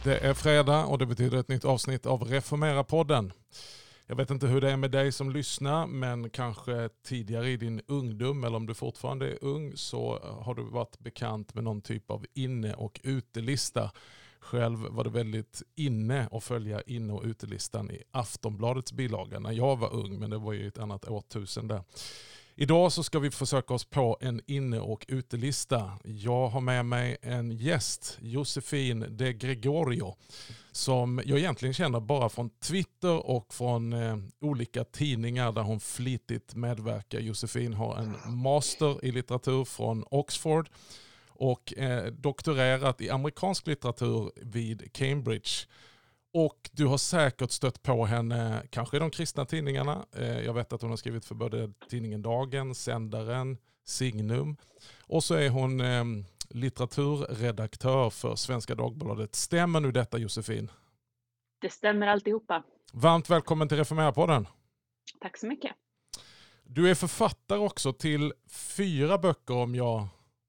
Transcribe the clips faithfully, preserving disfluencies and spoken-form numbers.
Det är fredag och det betyder ett nytt avsnitt av Reformera-podden. Jag vet inte hur det är med dig som lyssnar, men kanske tidigare i din ungdom eller om du fortfarande är ung så har du varit bekant med någon typ av inne- och utelista. Själv var det väldigt inne att följa inne- och utelistan i Aftonbladets bilaga när jag var ung, men det var ju ett annat årtusende. Idag så ska vi försöka oss på en inne- och utelista. Jag har med mig en gäst, Josefin de Gregorio, som jag egentligen känner bara från Twitter och från eh, olika tidningar där hon flitigt medverkar. Josefin har en master i litteratur från Oxford och eh, doktorerat i amerikansk litteratur vid Cambridge. Och du har säkert stött på henne, kanske i de kristna tidningarna. Jag vet att hon har skrivit för både tidningen Dagen, Sändaren, Signum. Och så är hon eh, litteraturredaktör för Svenska Dagbladet. Stämmer nu detta, Josefin? Det stämmer alltihopa. Varmt välkommen till Reformera-podden. Tack så mycket. Du är författare också till fyra böcker om jag...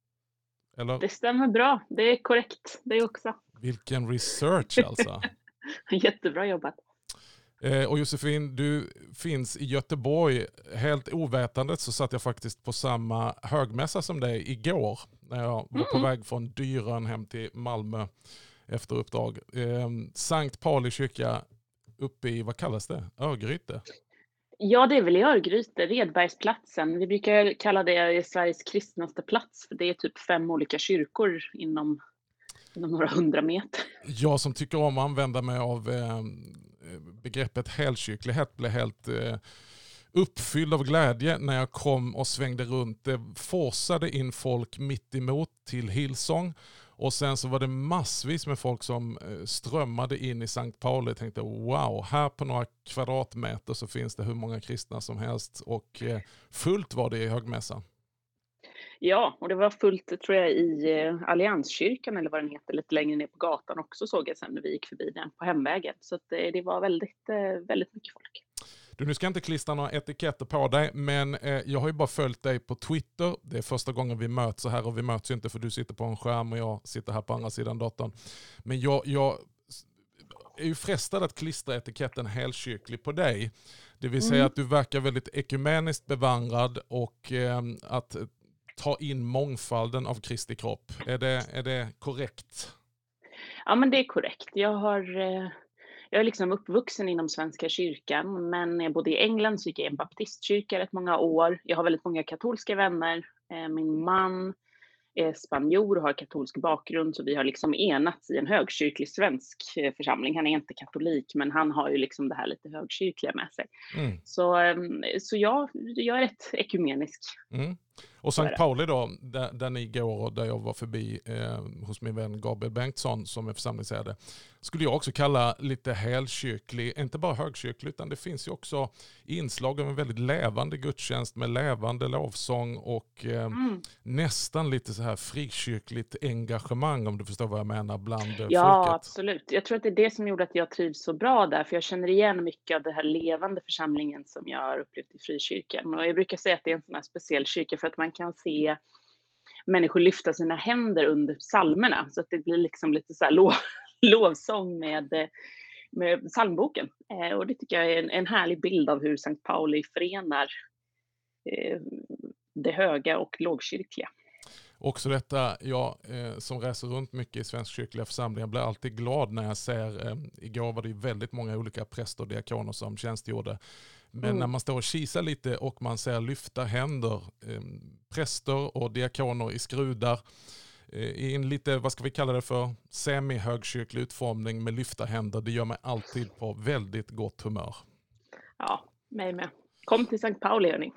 Eller? Det stämmer bra, det är korrekt det också. Vilken research alltså. Jättebra jobbat. Eh, och Josefin, du finns i Göteborg. Helt ovetandet så satt jag faktiskt på samma högmässa som dig igår. När jag var mm. på väg från Dyrön hem till Malmö efter uppdrag. Eh, Sankt Pauli kyrka uppe i, vad kallas det? Örgryte? Ja, det är väl i Örgryte, Redbergsplatsen. Vi brukar kalla det Sveriges kristnaste plats. För det är typ fem olika kyrkor inom, inom några hundra meter. Jag som tycker om att använda mig av eh, begreppet helkyrklighet blev helt eh, uppfylld av glädje när jag kom och svängde runt. Det forsade in folk mitt emot till Hillsong. Och sen så var det massvis med folk som strömmade in i Sankt Pauli. Jag tänkte wow, här på några kvadratmeter så finns det hur många kristna som helst. Och eh, fullt var det i högmässan. Ja, och det var fullt tror jag i eh, Allianskyrkan eller vad den heter, lite längre ner på gatan också såg jag sen när vi gick förbi den på hemvägen. Så att, eh, det var väldigt, eh, väldigt mycket folk. Du, nu ska jag inte klistra några etiketter på dig, men eh, jag har ju bara följt dig på Twitter. Det är första gången vi möts så här, och vi möts ju inte för du sitter på en skärm och jag sitter här på andra sidan datorn. Men jag, jag är ju frestad att klistra etiketten helkyrklig på dig. Det vill säga mm. att du verkar väldigt ekumeniskt bevandrad och eh, att ta in mångfalden av Kristi kropp. Är det, är det korrekt? Ja, men det är korrekt. Jag har... Eh... Jag är liksom uppvuxen inom Svenska kyrkan, men jag bodde i England så gick jag i en baptistkyrka rätt många år. Jag har väldigt många katolska vänner. Min man är spanjor och har katolsk bakgrund, så vi har liksom enats i en högkyrklig svensk församling. Han är inte katolik, men han har ju liksom det här lite högkyrkliga med sig. Mm. Så, så jag, jag är rätt ekumenisk. Mm. Och Sankt Pauli då, där, där ni går och där jag var förbi eh, hos min vän Gabriel Bengtsson som är församlingsherde, skulle jag också kalla lite helkyrklig, inte bara högkyrklig utan det finns ju också inslag av en väldigt levande gudstjänst med levande lovsång och eh, mm. nästan lite så här frikyrkligt engagemang, om du förstår vad jag menar, bland ja, folket. Ja, absolut. Jag tror att det är det som gjorde att jag trivs så bra där, för jag känner igen mycket av det här levande församlingen som jag har upplevt i frikyrkan. Och jag brukar säga att det är en sån här speciell kyrka för att man kan se människor lyfta sina händer under psalmerna, så att det blir liksom lite så här lov, lovsång med, med psalmboken. Eh, och det tycker jag är en, en härlig bild av hur Sankt Pauli förenar eh, det höga och lågkyrkliga. Också detta, jag eh, som reser runt mycket i svensk kyrkliga församlingar blir alltid glad när jag ser, eh, igår var det ju väldigt många olika präster och diakoner som tjänstgjorde. Men mm. när man står och kisar lite och man ser lyfta händer, eh, präster och diakoner i skrudar, eh, i en lite, vad ska vi kalla det för, semi-högkyrklig utformning med lyfta händer, det gör mig alltid på väldigt gott humör. Ja, mig med. Kom till Sankt Pauli, hörni.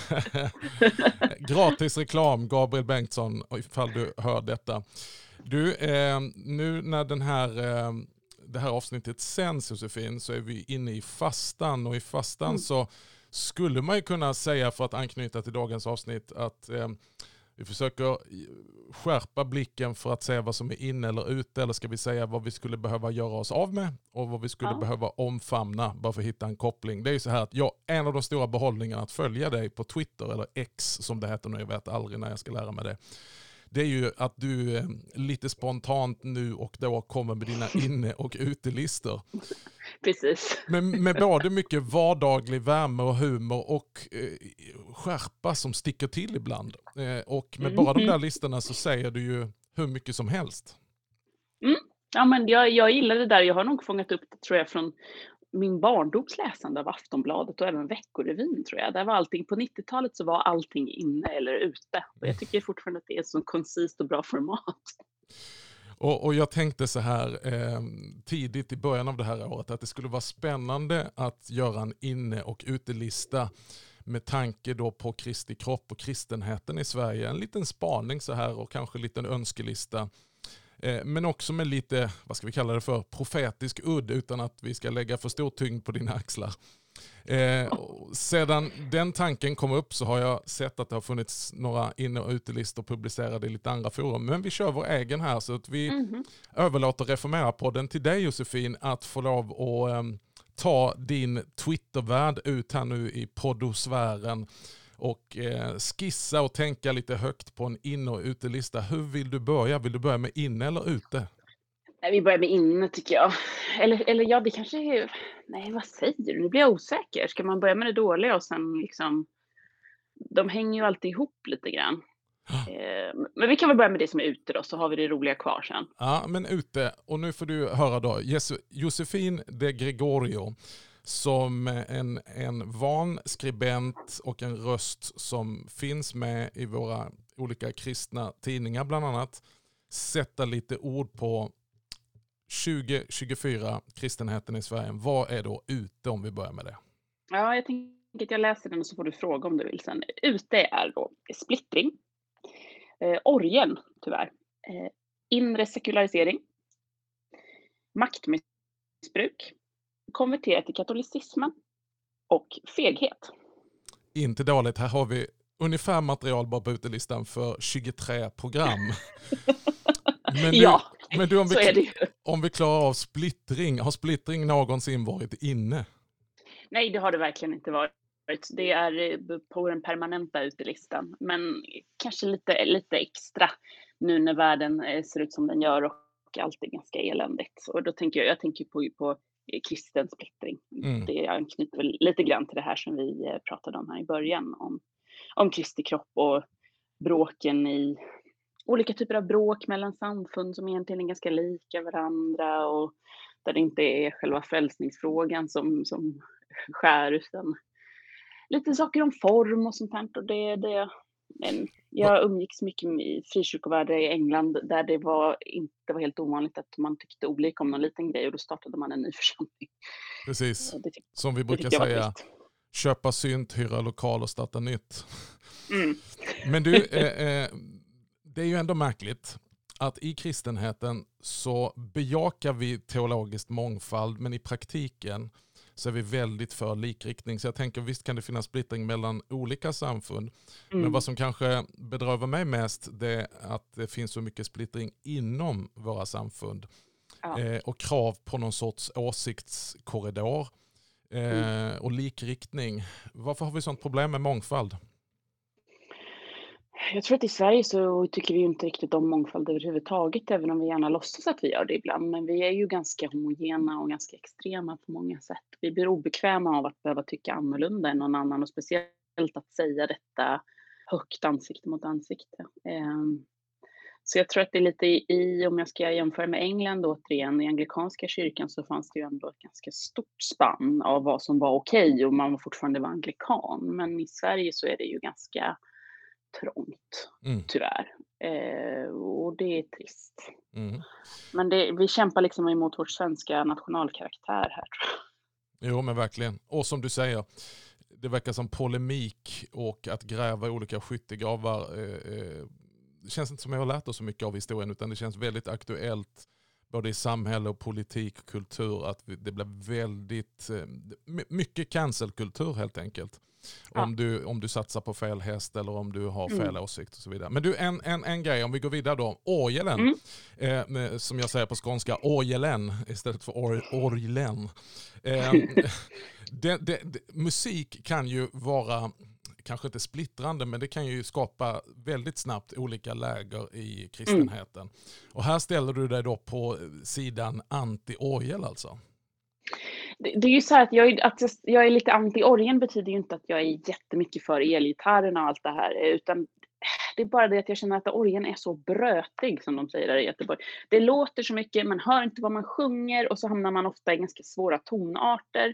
Gratis reklam, Gabriel Bengtsson, ifall du hör detta. Du, eh, nu när den här, eh, det här avsnittet sänds, Josefin, så är vi inne i fastan. Och i fastan mm. så skulle man ju kunna säga, för att anknyta till dagens avsnitt, att eh, vi försöker skärpa blicken för att se vad som är inne eller ute, eller ska vi säga vad vi skulle behöva göra oss av med och vad vi skulle ja. behöva omfamna bara för att hitta en koppling. Det är ju så här att jag, en av de stora behållningarna att följa dig på Twitter, eller X som det heter nu, jag vet aldrig när jag ska lära mig det. det är ju att du eh, lite spontant nu och då kommer med dina inne- och utelistor. Precis. Med, med både mycket vardaglig värme och humor och eh, skärpa som sticker till ibland. Eh, och med bara de där listorna så säger du ju hur mycket som helst. Mm. Ja, men jag, jag gillar det där. Jag har nog fångat upp det, tror jag, från min barndoms läsande av Aftonbladet och även Veckorevyn, tror jag. Där var allting, på nittiotalet så var allting inne eller ute. Och jag tycker fortfarande att det är ett så koncist och bra format. Och, och jag tänkte så här eh, tidigt i början av det här året att det skulle vara spännande att göra en inne- och utelista med tanke då på Kristi kropp och kristenheten i Sverige. En liten spaning så här och kanske en liten önskelista. Eh, men också med lite, vad ska vi kalla det för, profetisk udd utan att vi ska lägga för stor tyngd på dina axlar. Eh, sedan den tanken kom upp så har jag sett att det har funnits några inne- och utelistor publicerade i lite andra forum. Men vi kör vår egen här så att vi mm-hmm. överlåter Reformera-podden till dig, Josefin, att få lov att eh, ta din Twittervärld ut här nu i poddosfären och eh, skissa och tänka lite högt på en inne- och utelista. Hur vill du börja? Vill du börja med inne eller ute? Nej, vi börjar med inne tycker jag. Eller, eller ja, det kanske är... Nej, vad säger du? Nu blir jag osäker. Ska man börja med det dåliga och sen liksom... De hänger ju alltid ihop lite grann. eh, men vi kan väl börja med det som är ute då, så har vi det roliga kvar sen. Ja, men ute. Och nu får du höra då. Josefin de Gregorio, som en, en van skribent och en röst som finns med i våra olika kristna tidningar bland annat, sätta lite ord på tjugo tjugofyra, kristenheten i Sverige. Vad är då ute, om vi börjar med det? Ja, jag tänker att jag läser den och så får du fråga om du vill sen. Ute är då splittring, eh, orgen tyvärr, eh, inre sekularisering, maktmissbruk, konvertera till katolicismen och feghet. Inte dåligt. Här har vi ungefär material bara på utelistan för tjugotre program. Men du, ja, men du, om, vi, så är det ju. Om vi klarar av splittring, har splittring någonsin varit inne? Nej, det har det verkligen inte varit. Det är på den permanenta utelistan. Men kanske lite, lite extra nu när världen ser ut som den gör och allt är ganska eländigt. Och då tänker jag, jag tänker på, på kristen splittring. Mm. Det anknyter väl lite grann till det här som vi pratade om här i början. Om, om Kristi kropp och bråken i olika typer av bråk mellan samfund som egentligen är ganska lika varandra. Och där det inte är själva frälsningsfrågan som, som skär, utan lite saker om form och sånt här. Och det, det, men jag umgicks mycket i frikyrkovärlden i England där det var inte var helt ovanligt att man tyckte olika om någon liten grej och då startade man en ny församling. Precis, det, som vi brukar säga, köpa synt, hyra lokal och starta nytt. Mm. Men du, eh, eh, det är ju ändå märkligt att i kristenheten så bejakar vi teologiskt mångfald, men i praktiken så är vi väldigt för likriktning. Så jag tänker, visst kan det finnas splittring mellan olika samfund. Mm. Men vad som kanske bedrövar mig mest, det är att det finns så mycket splittring inom våra samfund. Ja. Eh, och krav på någon sorts åsiktskorridor eh, mm. och likriktning. Varför har vi sånt problem med mångfald? Jag tror att i Sverige så tycker vi ju inte riktigt om mångfald överhuvudtaget, även om vi gärna låtsas att vi gör det ibland. Men vi är ju ganska homogena och ganska extrema på många sätt. Vi blir obekväma av att behöva tycka annorlunda än någon annan, och speciellt att säga detta högt ansikte mot ansikte. Så jag tror att det är lite i, om jag ska jämföra med England återigen, i anglikanska kyrkan så fanns det ju ändå ett ganska stort spann av vad som var okej och man var fortfarande var anglikan. Men i Sverige så är det ju ganska trångt, mm. tyvärr. Eh, och det är trist. Mm. Men det, vi kämpar liksom emot vår svenska nationalkaraktär här, tror jag. Jo, men verkligen. Och som du säger, det verkar som polemik och att gräva olika skyttegravar. Eh, eh, det känns inte som jag har lärt oss så mycket av historien, utan det känns väldigt aktuellt både i samhälle och politik och kultur, att det blir väldigt eh, mycket cancelkultur helt enkelt. Ja. Om, du, om du satsar på fel häst eller om du har fel mm. åsikt och så vidare. Men du, en, en, en grej, om vi går vidare då. Orgelen, mm. eh, med, som jag säger på skånska, orgelen istället för or, orgelen. Eh, det, det, det, musik kan ju vara kanske inte splittrande, men det kan ju skapa väldigt snabbt olika läger i kristenheten. Mm. Och här ställer du dig då på sidan anti-orgel alltså? Det, det är ju så här att jag, att jag är lite anti-orgeln betyder ju inte att jag är jättemycket för elgitarrerna och allt det här, utan det är bara det att jag känner att orgeln är så brötig, som de säger där i Göteborg. Det låter så mycket, man hör inte vad man sjunger och så hamnar man ofta i ganska svåra tonarter.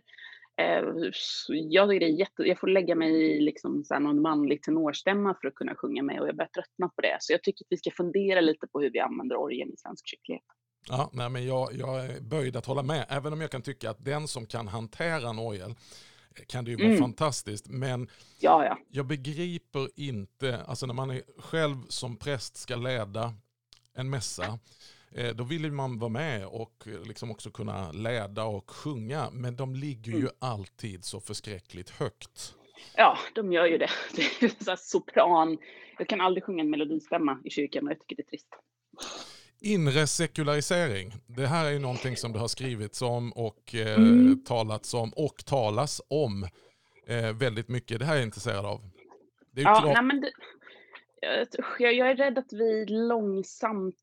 Jag, det är jätte, jag får lägga mig i liksom så här någon manlig tenorstämma för att kunna sjunga med, och jag börjar tröttna på det. Så jag tycker att vi ska fundera lite på hur vi använder orgeln i svensk kyrklighet. Ja, nej, men jag, jag är böjd att hålla med, även om jag kan tycka att den som kan hantera en orgel kan det ju vara mm. fantastiskt. Men ja, ja. jag begriper inte, alltså när man är själv som präst ska leda en mässa, då vill man vara med och liksom också kunna leda och sjunga, men de ligger ju mm. alltid så förskräckligt högt. Ja, de gör ju det. Det är så här sopran. Jag kan aldrig sjunga en melodistämma i kyrkan och jag tycker det är trist. Inre sekularisering, det här är ju någonting som du har skrivit om och eh, mm. talats om och talas om eh, väldigt mycket. Det här är jag intresserad av. Det är ju ja, klart... nej, men det, jag, jag är rädd att vi långsamt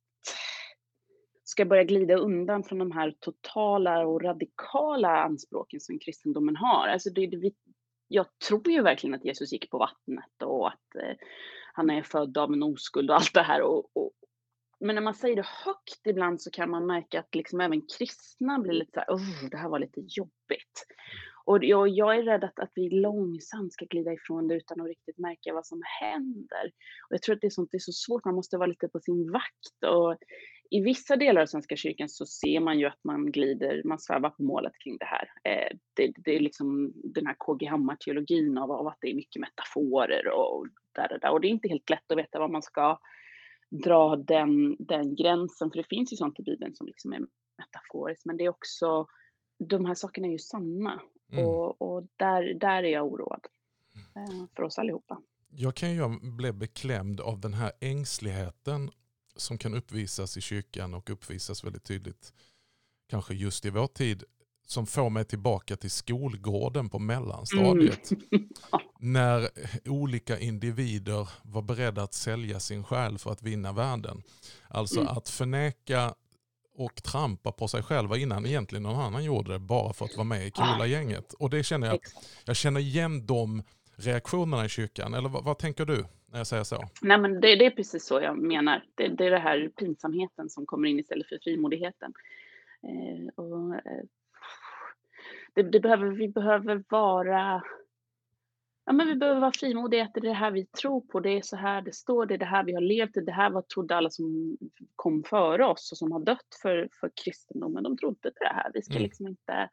ska börja glida undan från de här totala och radikala anspråken som kristendomen har. Alltså det, det, jag tror ju verkligen att Jesus gick på vattnet och att eh, han är född av en oskuld och allt det här. Och, och, men när man säger det högt ibland så kan man märka att liksom även kristna blir lite så här, oh, det här var lite jobbigt. Och jag, jag är rädd att, att vi långsamt ska glida ifrån det utan att riktigt märka vad som händer. Och jag tror att det är, sånt, det är så svårt, man måste vara lite på sin vakt. Och i vissa delar av Svenska kyrkan så ser man ju att man glider, man svävar på målet kring det här. Eh, det, det är liksom den här K G Hammar-teologin av, av att det är mycket metaforer och där och där. Och det är inte helt lätt att veta vad man ska dra den, den gränsen, för det finns ju sånt i Bibeln som liksom är metaforiskt, men det är också, de här sakerna är ju sanna. Mm. Och, och där, där är jag oroad eh, för oss allihopa. Jag kan ju bli beklämd av den här ängsligheten som kan uppvisas i kyrkan och uppvisas väldigt tydligt kanske just i vår tid, som får mig tillbaka till skolgården på mellanstadiet. Mm. När olika individer var beredda att sälja sin själ för att vinna världen. Alltså mm. att förneka och trampa på sig själva innan egentligen någon annan gjorde det, bara för att vara med i coola gänget. Och det känner jag, jag känner igen de reaktionerna i kyrkan. Eller vad, vad tänker du när jag säger så? Nej, men det, det är precis så jag menar. Det, det är det här pinsamheten som kommer in istället för frimodigheten. Eh, och, eh, det, det behöver, vi behöver vara... Ja, men vi behöver vara frimodiga, att det är det här vi tror på, det är så här det står, det är det här vi har levt, det här vad trodde alla som kom före oss och som har dött för, för kristendomen, de trodde på det här. Vi ska mm. liksom inte,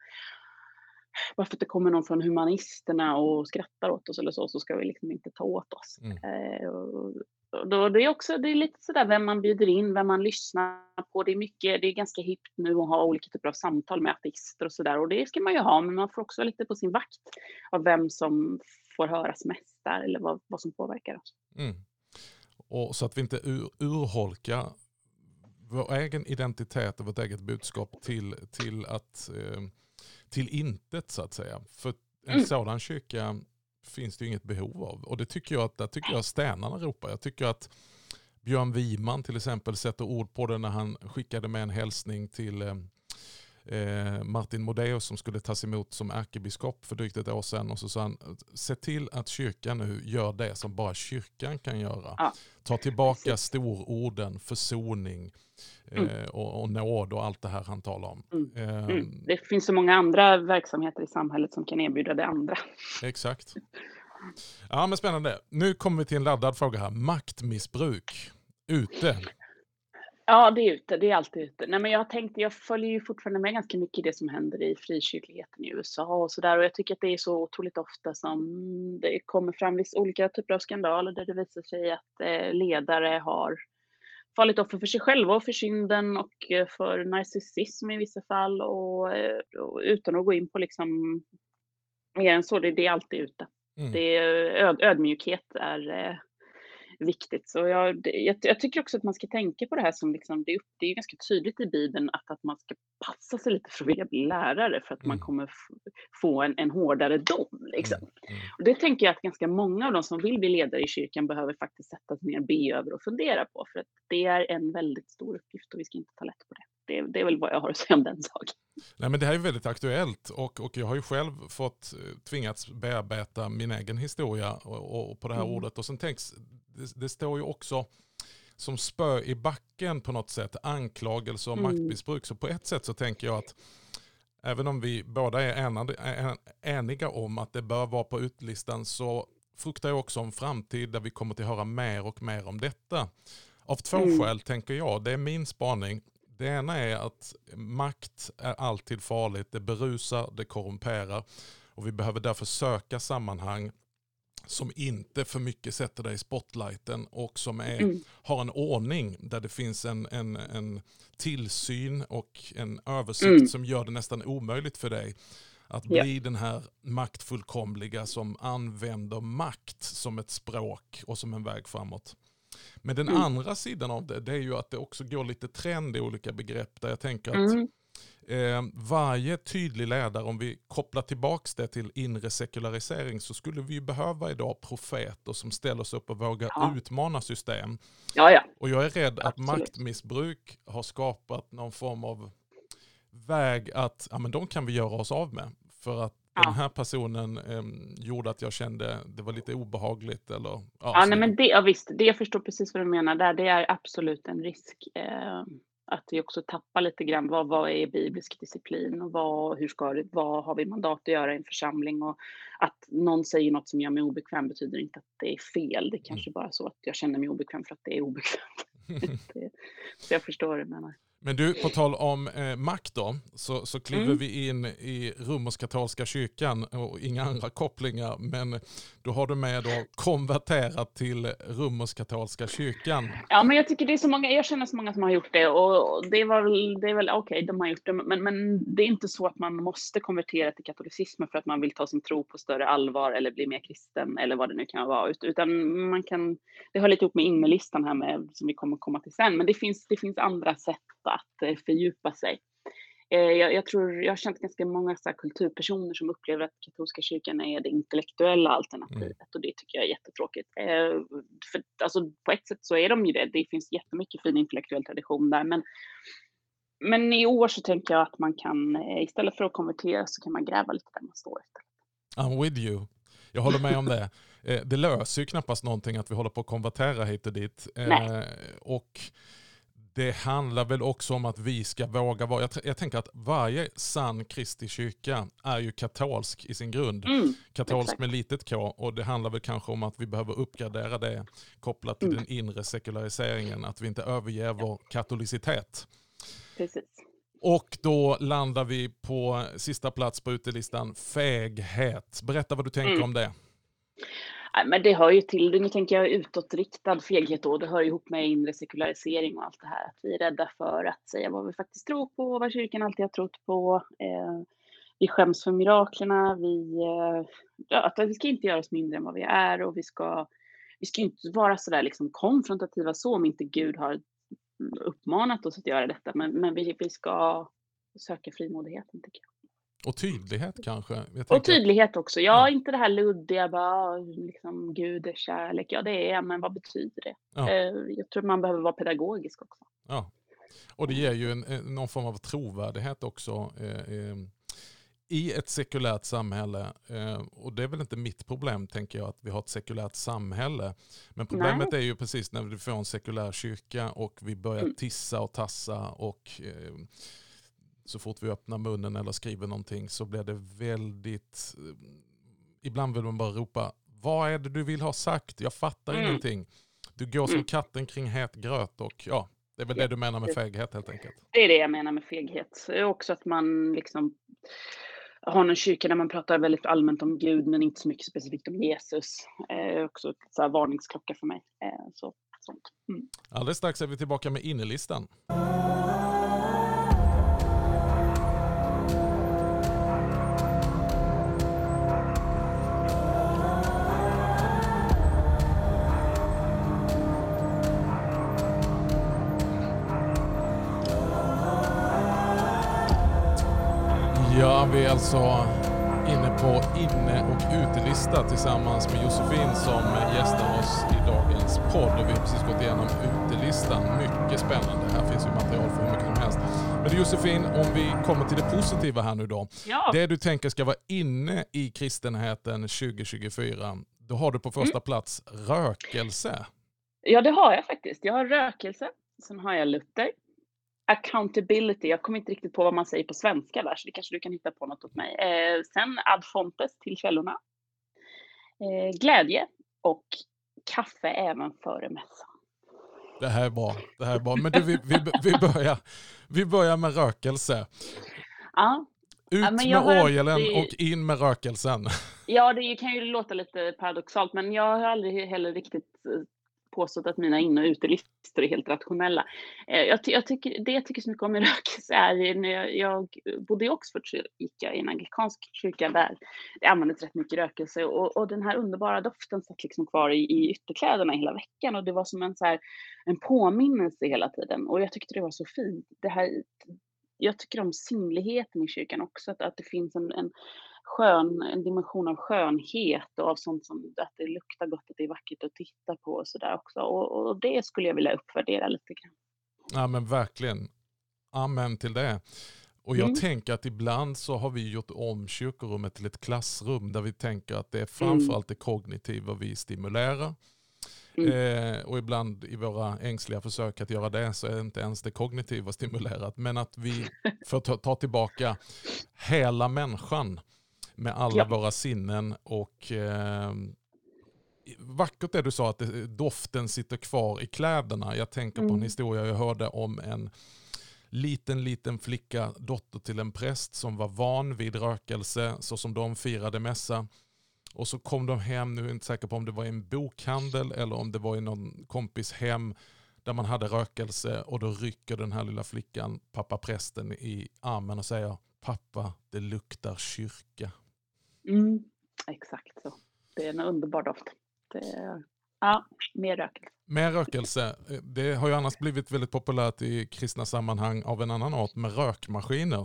bara för att det kommer någon från humanisterna och skrattar åt oss eller så, så ska vi liksom inte ta åt oss. Mm. Eh, och, och då, det är också, det är lite sådär vem man bjuder in, vem man lyssnar på, det är mycket, det är ganska hippt nu att ha olika typer av samtal med ateister och sådär, och det ska man ju ha, men man får också vara lite på sin vakt av vem som får höras mest där, eller vad, vad som påverkar oss. Mm. Och så att vi inte ur, urholkar vår egen identitet och vårt eget budskap till, till, att, eh, till intet så att säga. För en mm. sådan kyrka finns det ju inget behov av. Och det tycker jag att där tycker jag stenarna ropar. Jag tycker att Björn Wiman till exempel sätter ord på det när han skickade med en hälsning till eh, Eh, Martin Modéus som skulle tas emot som ärkebiskop för drygt ett år sedan, och så sa han, se till att kyrkan nu gör det som bara kyrkan kan göra. Ja. Ta tillbaka stororden, försoning eh, mm. och, och nåd och allt det här han talar om. Mm. Eh, mm. Det finns så många andra verksamheter i samhället som kan erbjuda det andra. Exakt. Ja, men spännande. Nu kommer vi till en laddad fråga här. Maktmissbruk. Ute. Ja, det är ute. Det är alltid ute. Nej, men jag har tänkt, jag följer ju fortfarande med ganska mycket i det som händer i frikyrkligheten i U S A och sådär. Och jag tycker att det är så otroligt ofta som det kommer fram vissa olika typer av skandaler där det visar sig att eh, ledare har fallit offer för sig själva och för synden och för narcissism i vissa fall. Och, och utan att gå in på liksom mer än så, det, det är alltid ute. Mm. Det är, öd, ödmjukhet är... Eh, viktigt. Så jag, jag, jag tycker också att man ska tänka på det här som liksom, det, är, det är ganska tydligt i Bibeln att, att man ska passa sig lite för att vilja bli lärare för att mm. man kommer f- få en, en hårdare dom. Liksom. Mm. Mm. Och det tänker jag att ganska många av de som vill bli ledare i kyrkan behöver faktiskt sätta sig ner, be över och fundera på. För att det är en väldigt stor uppgift och vi ska inte ta lätt på det. Det, det är väl vad jag har att säga om den saken. Nej, men det här är väldigt aktuellt och, och jag har ju själv fått tvingats bearbeta min egen historia och, och på det här mm. ordet. Och sen tänks, det, det står ju också som spö i backen på något sätt, anklagelse och mm. maktmissbruk. Så på ett sätt så tänker jag att även om vi båda är enade, är eniga om att det bör vara på utlistan, så fruktar jag också om framtid där vi kommer att höra mer och mer om detta. Av två mm. skäl tänker jag, det är min spaning. Det ena är att makt är alltid farligt, det berusar, det korrumperar och vi behöver därför söka sammanhang som inte för mycket sätter dig i spotlighten och som är, mm. har en ordning där det finns en, en, en tillsyn och en översikt mm. som gör det nästan omöjligt för dig att bli yeah. den här maktfullkomliga som använder makt som ett språk och som en väg framåt. Men den mm. andra sidan av det, det är ju att det också går lite trend i olika begrepp där jag tänker att mm. eh, varje tydlig ledare, om vi kopplar tillbaks det till inre sekularisering, så skulle vi ju behöva idag profeter som ställer sig upp och vågar ja. utmana system. Ja, ja. Och jag är rädd att Absolut. maktmissbruk har skapat någon form av väg att ja, men de kan vi göra oss av med. För att ja. den här personen eh, gjorde att jag kände det var lite obehagligt. Eller, ja, ja, nej, men det, ja, visst, det jag förstår precis vad du menar där. Det är absolut en risk. Eh, att vi också tappar lite grann. Vad, vad är biblisk disciplin? Och vad, hur ska det, vad har vi mandat att göra i en församling? Och att någon säger något som gör mig obekväm betyder inte att det är fel. Det är kanske mm. bara så att jag känner mig obekväm för att det är obekvämt. det, så jag förstår det, menar. Men du, på tal om eh, makt då, så, så kliver mm. vi in i romersk-katolska kyrkan och inga andra kopplingar, men då har du med då konverterat till romersk-katolska kyrkan. Ja, men jag tycker det är så många, jag känner så många som har gjort det och det, var, det är väl okej, okay, de har gjort det, men, men det är inte så att man måste konvertera till katolicismen för att man vill ta sin tro på större allvar eller bli mer kristen eller vad det nu kan vara, utan man kan, det har lite ihop med innerlistan här med, som vi kommer komma till sen, men det finns, det finns andra sätt att fördjupa sig. Jag, jag tror, jag har känt ganska många så här kulturpersoner som upplever att katolska kyrkan är det intellektuella alternativet mm. och det tycker jag är jättetråkigt. För, alltså, på ett sätt så är de ju det. Det finns jättemycket fin intellektuell tradition där, men, men i år så tänker jag att man kan, istället för att konvertera så kan man gräva lite där man står efter. I'm with you. Jag håller med om det. Det löser ju knappast någonting att vi håller på att konvertera hit och dit. Nej. Och det handlar väl också om att vi ska våga vara. Jag, jag tänker att varje sann Kristi kyrka är ju katolsk i sin grund. Mm, katolsk exakt. Med litet K. Och det handlar väl kanske om att vi behöver uppgradera det kopplat till mm. den inre sekulariseringen. Att vi inte överger vår katolicitet. Precis. Och då landar vi på sista plats på utelistan, feghet. Berätta vad du tänker mm. om det. Men det hör ju till det. Nu tänker jag utåtriktad feghet då. Det hör ihop med inre sekularisering och allt det här. Att vi är rädda för att säga vad vi faktiskt tror på, vad kyrkan alltid har trott på. Eh, vi skäms för miraklerna. Vi, eh, ja, att vi ska inte göra oss mindre än vad vi är. Och vi ska, vi ska inte vara så där liksom konfrontativa så om inte Gud har uppmanat oss att göra detta. Men, men vi, vi ska söka frimodigheten, tycker jag. Och tydlighet kanske. Jag och tydlighet också. Ja, ja, inte det här luddiga, bara liksom Gud är kärlek. Ja, det är, men vad betyder det? Ja. Jag tror man behöver vara pedagogisk också. Ja, och det ger ju en, någon form av trovärdighet också eh, eh, i ett sekulärt samhälle. Eh, och det är väl inte mitt problem, tänker jag, att vi har ett sekulärt samhälle. Men problemet Nej. är ju precis när vi får en sekulär kyrka och vi börjar mm. tissa och tassa och eh, så fort vi öppnar munnen eller skriver någonting så blir det väldigt... Ibland vill man bara ropa, vad är det du vill ha sagt? Jag fattar mm. ingenting. Du går som katten kring het gröt och ja, det är väl ja. det du menar med feghet helt enkelt. Det är det jag menar med feghet. Det är också att man liksom har en kyrka där man pratar väldigt allmänt om Gud men inte så mycket specifikt om Jesus. Det är också så här varningsklocka för mig. Så, sånt. Mm. Alldeles strax är vi tillbaka med innerlistan. Ja, vi är alltså inne på inne- och utelista tillsammans med Josefin som gästar oss i dagens podd. Och vi har precis gått igenom utelistan. Mycket spännande. Här finns ju material för hur mycket som helst. Men Josefin, om vi kommer till det positiva här nu då. Ja. Det du tänker ska vara inne i kristenheten tjugo tjugofyra, då har du på första Mm. plats rökelse. Ja, det har jag faktiskt. Jag har rökelse, sen har jag Luther. Accountability, jag kommer inte riktigt på vad man säger på svenska där, så det kanske du kan hitta på något åt mig. Eh, sen ad fontes, till källorna. Eh, glädje och kaffe även före mässan. Det här är bra. Det här är bra. Men du, vi, vi, vi, börjar, vi börjar med rökelse. Ja. Ut Ja, men jag med har orgelen alltid- och in med rökelsen. Ja, det kan ju låta lite paradoxalt, men jag har aldrig heller riktigt eh, påstått att mina in- och utelistor är helt rationella. Eh, Jag, ty- jag tycker, det jag tycker så mycket om i rökelse är när jag, jag bodde i Oxford, så gick jag i en anglikansk kyrka där det användes rätt mycket rökelse, och, och den här underbara doften satt liksom kvar i, i ytterkläderna hela veckan, och det var som en, så här, en påminnelse hela tiden, och jag tyckte det var så fint. Det här, jag tycker om sinnligheten i kyrkan också, att, att det finns en, en skön, en dimension av skönhet och av sånt som att det luktar gott, att det är vackert att titta på och sådär också. Och, och det skulle jag vilja uppvärdera lite grann. Ja, men verkligen. Amen till det. Och jag Mm. tänker att ibland så har vi gjort om kyrkorummet till ett klassrum där vi tänker att det är framförallt det kognitiva vi stimulerar. Mm. Eh, och ibland i våra ängsliga försök att göra det så är inte ens det kognitiva stimulerat. Men att vi får ta, ta tillbaka hela människan med alla Ja. våra sinnen. Och eh, vackert det du sa att det, doften sitter kvar i kläderna. Jag tänker på en Mm. historia jag hörde om en liten, liten flicka, dotter till en präst som var van vid rökelse så som de firade mässa. Och så kom de hem, nu är jag inte säker på om det var i en bokhandel eller om det var i någon kompis hem där man hade rökelse, och då rycker den här lilla flickan pappa prästen i armen och säger: pappa, det luktar kyrka. Mm. Exakt så. Det är en underbar doft. Det är, ja, mer rökelse. Med rökelse, det har ju annars blivit väldigt populärt i kristna sammanhang av en annan art med rökmaskiner.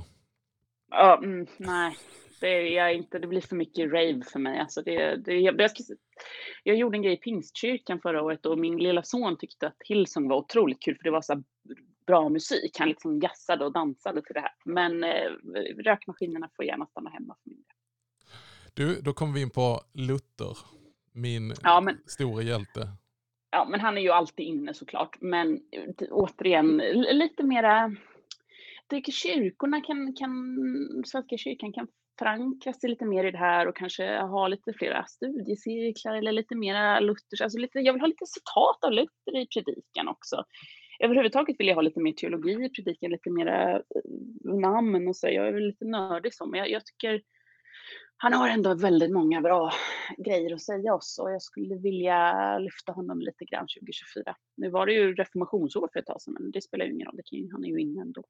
Ja, mm, nej, det, är jag inte, det blir för mycket rave för mig. Alltså det, det, jag, jag, ska, jag gjorde en grej i Pingstkyrkan förra året, och min lilla son tyckte att Hillsong var otroligt kul, för det var så här bra musik. Han liksom gassade och dansade till det här. Men eh, rökmaskinerna får gärna stanna hemma för min del. Du, då kommer vi in på Luther, min Ja, men- stora hjälte. Ja, men han är ju alltid inne såklart. Men eh, återigen, l- lite mera... Jag tycker kyrkorna kan, kan, Svenska kyrkan kan förankra sig lite mer i det här och kanske ha lite flera studiecirklar eller lite mera Luthers. Alltså lite, jag vill ha lite citat av Luther i predikan också. Överhuvudtaget vill jag ha lite mer teologi i predikan, lite mera eh, namn och så. Jag är väl lite nördig så, men jag, jag tycker han har ändå väldigt många bra grejer att säga oss, och jag skulle vilja lyfta honom lite grann tjugo tjugofyra. Nu var det ju reformationsår för ett tag sedan, men det spelar ju ingen roll. Det kan ju, han är ju inne ändå.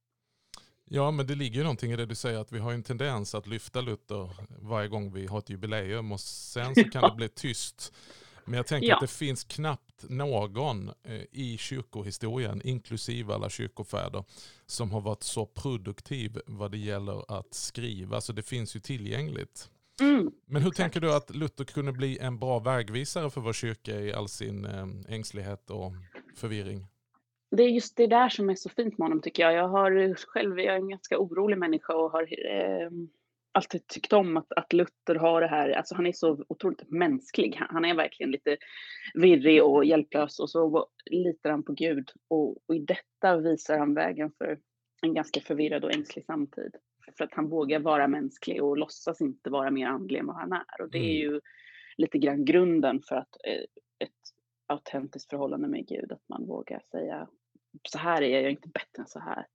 Ja, men det ligger ju någonting i det du säger, att vi har en tendens att lyfta Luther varje gång vi har ett jubileum, och sen så kan det bli tyst. Men jag tänker Ja. att det finns knappt någon eh, i kyrkohistorien, inklusive alla kyrkofäder, som har varit så produktiv vad det gäller att skriva. Så det finns ju tillgängligt. Mm. Men hur Exakt. tänker du att Luther kunde bli en bra vägvisare för vår kyrka i all sin eh, ängslighet och förvirring? Det är just det där som är så fint med honom, tycker jag. Jag har själv, jag är en ganska orolig människa och har eh, alltid tyckt om att, att Luther har det här. Alltså han är så otroligt mänsklig. Han, han är verkligen lite virrig och hjälplös, och så litar han på Gud. Och, och i detta visar han vägen för en ganska förvirrad och ängslig samtid. För att han vågar vara mänsklig och låtsas inte vara mer andlig än vad han är. Och det är ju lite grann grunden för att eh, ett autentiskt förhållande med Gud, att man vågar säga: så här är jag, jag är inte bättre än så här.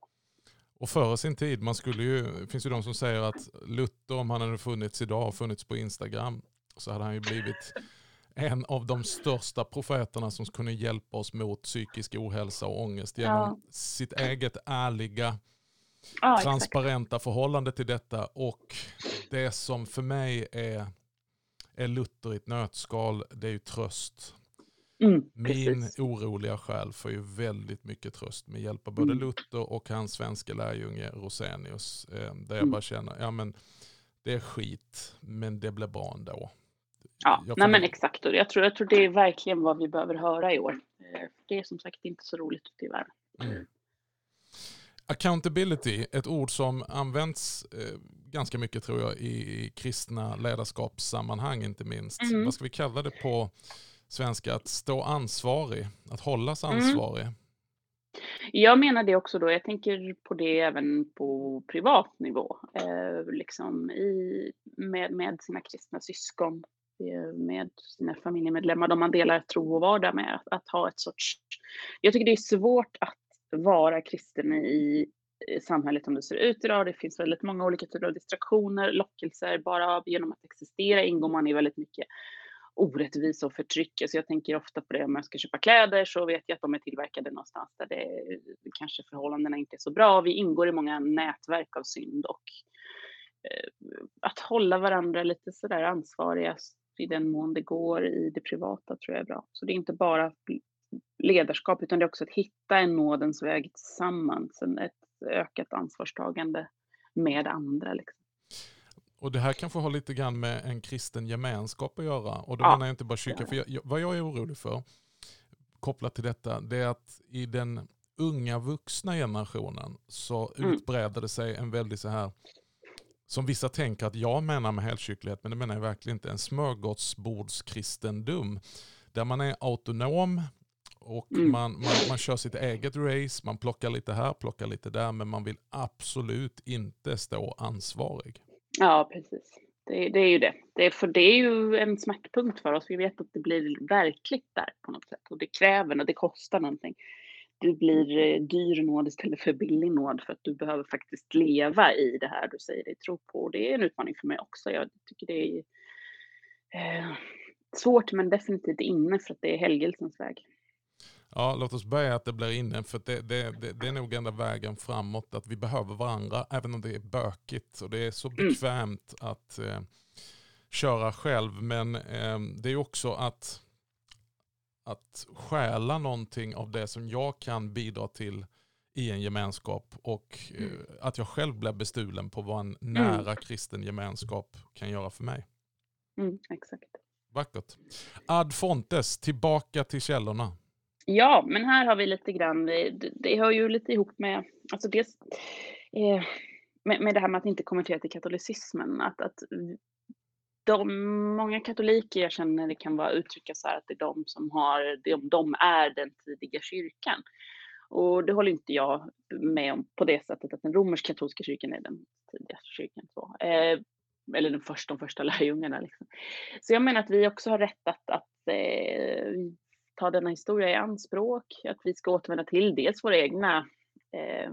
Och före sin tid, man skulle ju, det finns ju de som säger att Luther, om han hade funnits idag och funnits på Instagram, så hade han ju blivit en av de största profeterna som kunde hjälpa oss mot psykisk ohälsa och ångest genom Ja. sitt eget ärliga, Ja, exakt. transparenta förhållande till detta. Och det som för mig är, är Luther i ett nötskal, det är ju tröst. Mm, Min precis. oroliga själ får ju väldigt mycket tröst med hjälp av både Mm. Luther och hans svenska lärjunge Rosenius. Eh, där jag Mm. bara känner, ja men det är skit, men det blir bra ändå. Ja, Jag nej men funderar- exakt. Och jag tror, jag tror det är verkligen vad vi behöver höra i år. Eh, Det är som sagt inte så roligt ute i världen. Mm. Accountability, ett ord som används eh, ganska mycket tror jag i, i kristna ledarskapssammanhang inte minst. Mm. Vad ska vi kalla det på svenska? Att stå ansvarig, att hållas Mm. ansvarig. Jag menar det också då, jag tänker på det även på privat nivå. Eh, liksom i, med, med sina kristna syskon, eh, med sina familjemedlemmar, de man delar tro och vardag med. Att, att ha ett sorts... Jag tycker det är svårt att vara kristen i i samhället som det ser ut idag. Det finns väldigt många olika typer av distraktioner, lockelser. Bara genom att existera ingår man i väldigt mycket orättvisa och förtryck. Så jag tänker ofta på det om jag ska köpa kläder, så vet jag att de är tillverkade någonstans där det kanske förhållandena inte är så bra. Vi ingår i många nätverk av synd, och eh, att hålla varandra lite sådär ansvariga i den mån det går i det privata tror jag är bra. Så det är inte bara ledarskap, utan det är också att hitta en nådens väg tillsammans, en- ett ökat ansvarstagande med andra. Liksom. Och det här kanske har lite grann med en kristen gemenskap att göra. Och då Ja, menar jag inte bara kyrka. För jag, jag, vad jag är orolig för, kopplat till detta, det är att i den unga vuxna generationen så Mm. utbreder det sig en väldigt så här, som vissa tänker att jag menar med helkyrklighet, men det menar jag verkligen inte, en smörgårdsbordskristendom. Där man är autonom och Mm. man, man, man kör sitt eget race, man plockar lite här, plockar lite där, men man vill absolut inte stå ansvarig. Ja, precis. Det, det är ju det. det är, för det är ju en smärtpunkt för oss. Vi vet att det blir verkligt där på något sätt. Och det kräver och det kostar någonting. Det blir eh, dyr nåd istället för billig nåd, för att du behöver faktiskt leva i det här du säger dig tro på. Och det är en utmaning för mig också. Jag tycker det är eh, svårt, men definitivt inne, för att det är helgelsens väg. Ja, låt oss börja att det blir inne, för det, det, det, det är nog enda vägen framåt, att vi behöver varandra, även om det är bökigt och det är så bekvämt mm. att eh, köra själv, men eh, det är också att, att stjäla någonting av det som jag kan bidra till i en gemenskap, och eh, Mm. att jag själv blir bestulen på vad en nära kristen gemenskap kan göra för mig. Mm, exakt. Vackert. Ad Fontes, tillbaka till källorna. Ja, men här har vi lite grann, det, det hör ju lite ihop med, alltså det, eh, med, med det här med att inte konvertera till katolicismen. Att, att de, många katoliker jag känner, det kan vara uttrycka så här att det är de som har, de, de är den tidiga kyrkan. Och det håller inte jag med om på det sättet att den romersk-katolska kyrkan är den tidiga kyrkan. Så. Eh, eller den första, de första lärjungarna. Liksom. Så jag menar att vi också har rätt att, att eh, ta denna historia i anspråk, att vi ska återvända till dels våra egna eh,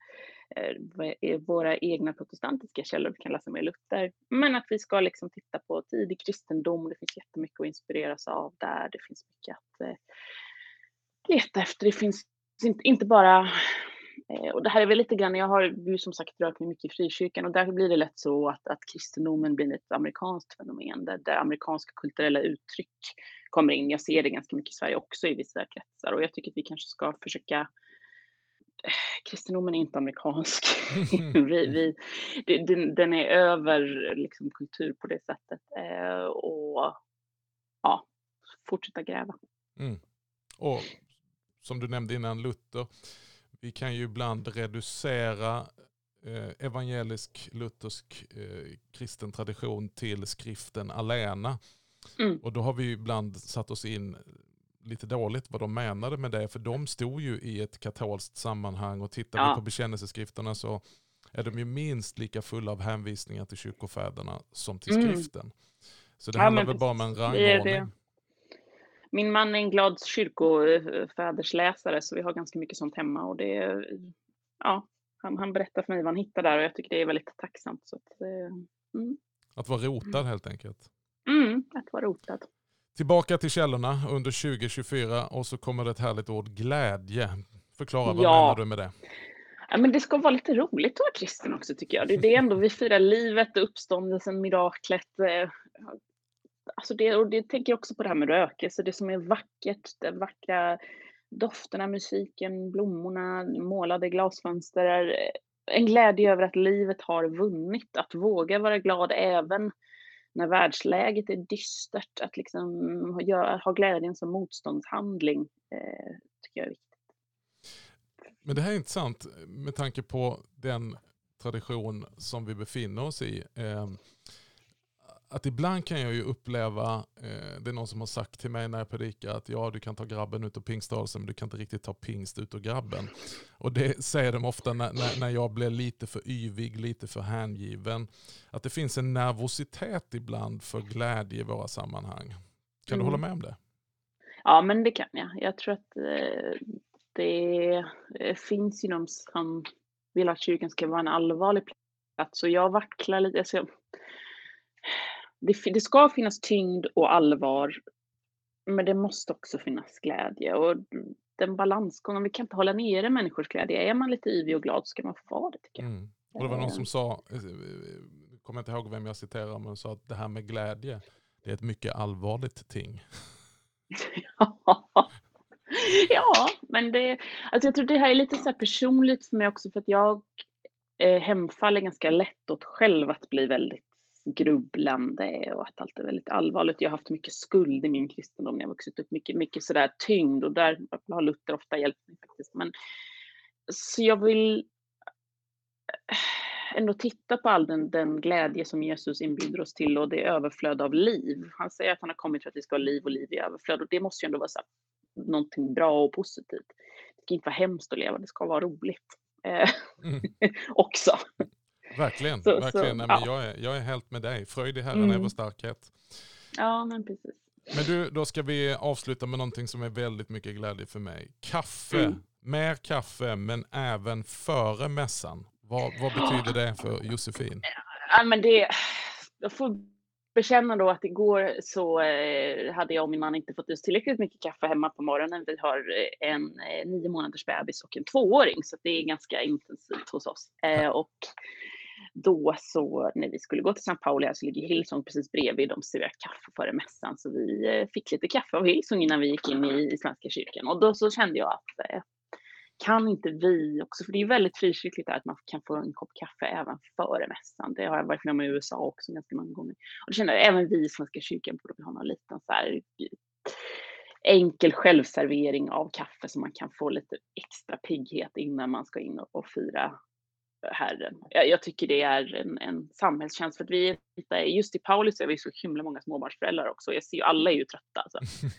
eh, våra egna protestantiska källor, vi kan läsa med Luther, men att vi ska liksom titta på tidig kristendom. Det finns jättemycket att inspireras av där, det finns mycket att eh, leta efter. Det finns inte, inte bara, eh, och det här är väl lite grann, jag har ju som sagt rört mig mycket i frikyrkan, och där blir det lätt så att, att kristendomen blir ett amerikanskt fenomen, där, där amerikanska kulturella uttryck kommer in. Jag ser det ganska mycket i Sverige också i vissa kretsar, och jag tycker att vi kanske ska försöka, kristendomen är inte amerikansk. vi, vi, den, den är över liksom, kultur på det sättet, eh, och ja, fortsätta gräva. Mm. Och som du nämnde innan, Luther, vi kan ju ibland reducera eh, evangelisk luthersk eh, kristen tradition till skriften alena. Mm. Och då har vi ju ibland satt oss in lite dåligt vad de menade med det, för de stod ju i ett katolskt sammanhang, och tittar Ja. vi på bekännelseskrifterna så är de ju minst lika fulla av hänvisningar till kyrkofäderna som till Mm. skriften. Så det Ja, handlar men väl bara om en precis. Det är rangordning. det. Min man är en glad kyrkofädersläsare, så vi har ganska mycket sånt hemma, och det är, ja, han, han berättar för mig vad han hittar där, och jag tycker det är väldigt tacksamt. Så att, eh, mm. Att vara rotad helt enkelt. Mm, att vara rotad. Tillbaka till källorna under tjugo tjugofyra, och så kommer det ett härligt ord, glädje. Förklara, vad Ja. menar du med det? Ja, men det ska vara lite roligt att vara kristen också, tycker jag. Det, det är ändå, vi firar livet, uppståndelsen, miraklet. Eh, alltså det, och det tänker jag också på det här med rökelse, det som är vackert, det vackra dofterna, musiken, blommorna, målade glasfönster. en glädje över att livet har vunnit, att våga vara glad även när världsläget är dystert, att liksom ha göra ha glädjen som motståndshandling, eh, tycker jag är viktigt. Men det här är intressant med tanke på den tradition som vi befinner oss i. Eh, att ibland kan jag ju uppleva, eh, det är någon som har sagt till mig när jag predikar att ja, du kan ta grabben ut ur pingströrelsen men du kan inte riktigt ta pingst ut ur grabben. Och det säger de ofta när, när, när jag blir lite för yvig, lite för hängiven. Att det finns en nervositet ibland för glädje i våra sammanhang. Kan Mm. du hålla med om det? Ja, men det kan jag. Jag tror att eh, det eh, finns ju de som vill att kyrkan ska vara en allvarlig plats. Så jag vacklar lite. Alltså, det, fi- det ska finnas tyngd och allvar, men det måste också finnas glädje. Och den balansgången, vi kan inte hålla nere människors glädje. Är man lite yvig och glad så ska man få vara det, tycker jag. Mm. Och det var någon som sa, jag kommer inte ihåg vem jag citerar, men sa att det här med glädje, det är ett mycket allvarligt ting. Ja, men det, alltså jag tror det här är lite så här personligt för mig också, för att jag eh, hemfaller ganska lätt åt själv att bli väldigt grubblande och att allt är väldigt allvarligt. Jag har haft mycket skuld i min kristendom när jag vuxit upp, mycket, mycket sådär tyngd, och där har Luther ofta hjälpt mig faktiskt. Men så jag vill ändå titta på all den, den glädje som Jesus inbjuder oss till och det överflöd av liv. Han säger att han har kommit för att vi ska ha liv och liv i överflöd, och det måste ju ändå vara så här, någonting bra och positivt. Det ska inte vara hemskt att leva, det ska vara roligt eh, Mm. också. Verkligen, Så- verkligen. så, Nej, men ja. jag, är, jag är helt med dig. Fröjd i Herren Mm. är vår starkhet. Ja, men precis. Men du, då ska vi avsluta med någonting som är väldigt mycket glädje för mig. Kaffe, Mm. mer kaffe, men även före mässan. Vad, vad betyder det för Josefin? Ja, men det, jag får bekänna då att igår så eh, hade jag och min man inte fått i oss tillräckligt mycket kaffe hemma på morgonen. Vi har eh, en eh, nio månaders bebis och en tvååring, så det är ganska intensivt hos oss. Eh, och då så när vi skulle gå till Sankt Pauli, så ligger Hillsong precis bredvid, de serverar kaffe före mässan, så vi eh, fick lite kaffe av Hillsong innan vi gick in i, i Svenska kyrkan. Och då så kände jag att eh, kan inte vi också, för det är ju väldigt frikyrkligt där att man kan få en kopp kaffe även före mässan. Det har jag varit med om i U S A också ganska många gånger. Och då kände jag även vi i Svenska kyrkan borde ha någon liten så här enkel självservering av kaffe så man kan få lite extra pigghet innan man ska in och, och fira Herren. Jag, jag tycker det är en, en samhällstjänst, för att vi är, just i Paulus är vi så himla många småbarnsföräldrar också. Jag ser ju, alla är ju trötta alltså.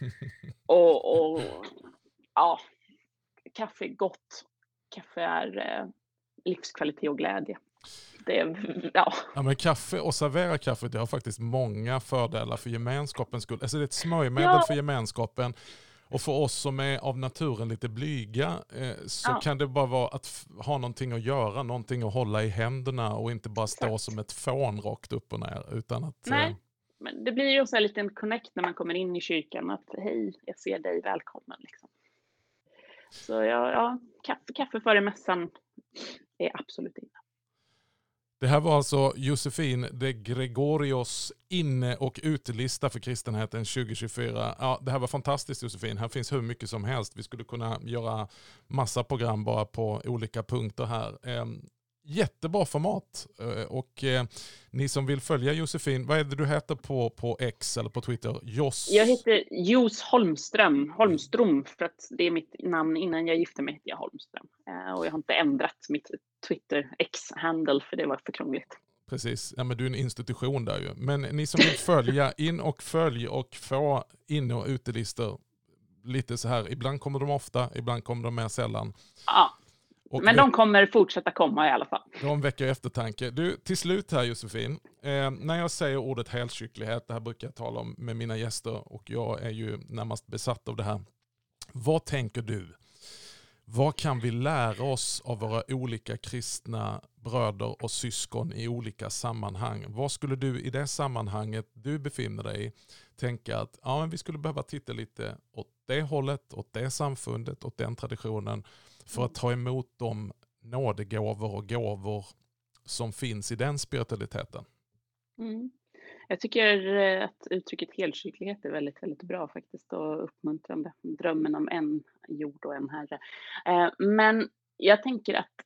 och, och ja, kaffe är gott. Kaffe är eh, livskvalitet och glädje. Det är, ja. Ja, men kaffe och servera kaffe, det har faktiskt många fördelar för gemenskapens skull. Alltså det är ett smörjmedel Ja. för gemenskapen. Och för oss som är av naturen lite blyga eh, så Ja. kan det bara vara att f- ha någonting att göra, någonting att hålla i händerna och inte bara stå Exakt. som ett fån rakt upp och ner. Utan att, Nej. eh, Men det blir ju en sån här liten connect när man kommer in i kyrkan, att hej, jag ser dig, välkommen liksom. Så ja, ja kaffe, kaffe före mässan är absolut inne. Det här var alltså Josefin de Gregorios inne- och utelista för kristenheten tjugo tjugofyra. Ja, det här var fantastiskt, Josefin. Här finns hur mycket som helst. Vi skulle kunna göra massa program bara på olika punkter här. Eh, jättebra format. Eh, och eh, ni som vill följa Josefin, vad är det du heter på, på X eller på Twitter? Jos... Jag heter Jos Holmström, Holmström, för att det är mitt namn. Innan jag gifte mig hette jag Holmström. Eh, och jag har inte ändrat mitt Twitter X-handle för det var för krångligt. Precis, ja, men du är en institution där ju. Men ni som vill följa, in och följ och få inne- och utelistor lite så här. Ibland kommer de ofta, ibland kommer de mer sällan. Ja, Och men de kommer fortsätta komma i alla fall. de väcker eftertanke. Du, till slut här Josefin, eh, när jag säger ordet helkyrklighet, det här brukar jag tala om med mina gäster och jag är ju närmast besatt av det här. Vad tänker du? Vad kan vi lära oss av våra olika kristna bröder och syskon i olika sammanhang? Vad skulle du i det sammanhanget du befinner dig i tänka att ja, men vi skulle behöva titta lite åt det hållet, åt det samfundet, åt den traditionen för att ta emot de nådegåvor och gåvor som finns i den spiritualiteten? Mm. Jag tycker eh, att uttrycket helkyrklighet är väldigt, väldigt bra faktiskt och uppmuntrande. Drömmen om en jord och en herre. Eh, Men jag tänker att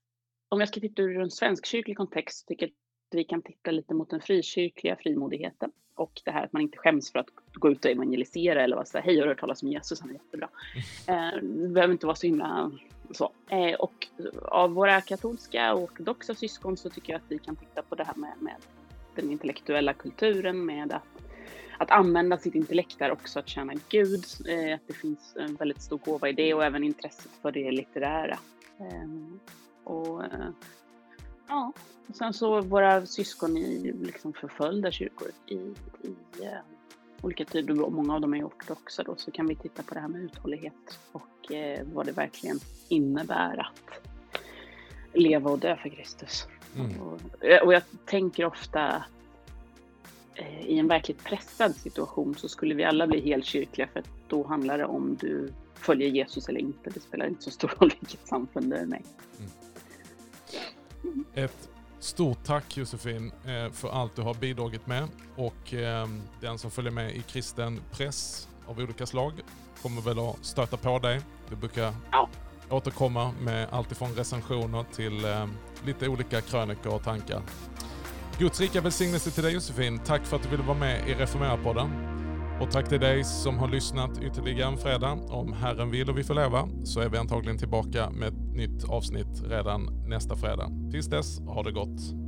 om jag ska titta ur en svenskkyrklig kontext tycker jag att vi kan titta lite mot den frikyrkliga frimodigheten. Och det här att man inte skäms för att gå ut och evangelisera eller vara så här, hej, jag har hört talas om Jesus, han är jättebra. Eh, det behöver inte vara så himla så. Eh, och av våra katolska och ortodoxa syskon så tycker jag att vi kan titta på det här med, med den intellektuella kulturen, med att, att använda sitt intellekt där också, att tjäna Gud. Eh, att det finns en väldigt stor gåva i det och även intresset för det litterära. Eh, och eh, ja, och sen så våra syskon i liksom förföljda kyrkor i, i eh, olika typer, och många av dem är ortodoxa då, så kan vi titta på det här med uthållighet och eh, vad det verkligen innebär att leva och dö för Kristus. Mm. Och, och jag tänker ofta att eh, i en verkligt pressad situation så skulle vi alla bli helkyrkliga, för att då handlar det om du följer Jesus eller inte. Det spelar inte så stor roll vilket samfund det är med. Mm. Mm. Ett stort tack Josefin för allt du har bidragit med, och den som följer med i kristen press av olika slag kommer väl att stöta på dig. Du brukar ja. återkomma med allt ifrån recensioner till lite olika krönikor och tankar. Guds rika välsignelse till dig Josefin. Tack för att du ville vara med i Reformera-podden. Och tack till dig som har lyssnat ytterligare en fredag. Om Herren vill och vi får leva så är vi antagligen tillbaka med ett nytt avsnitt redan nästa fredag. Tills dess, ha det gott.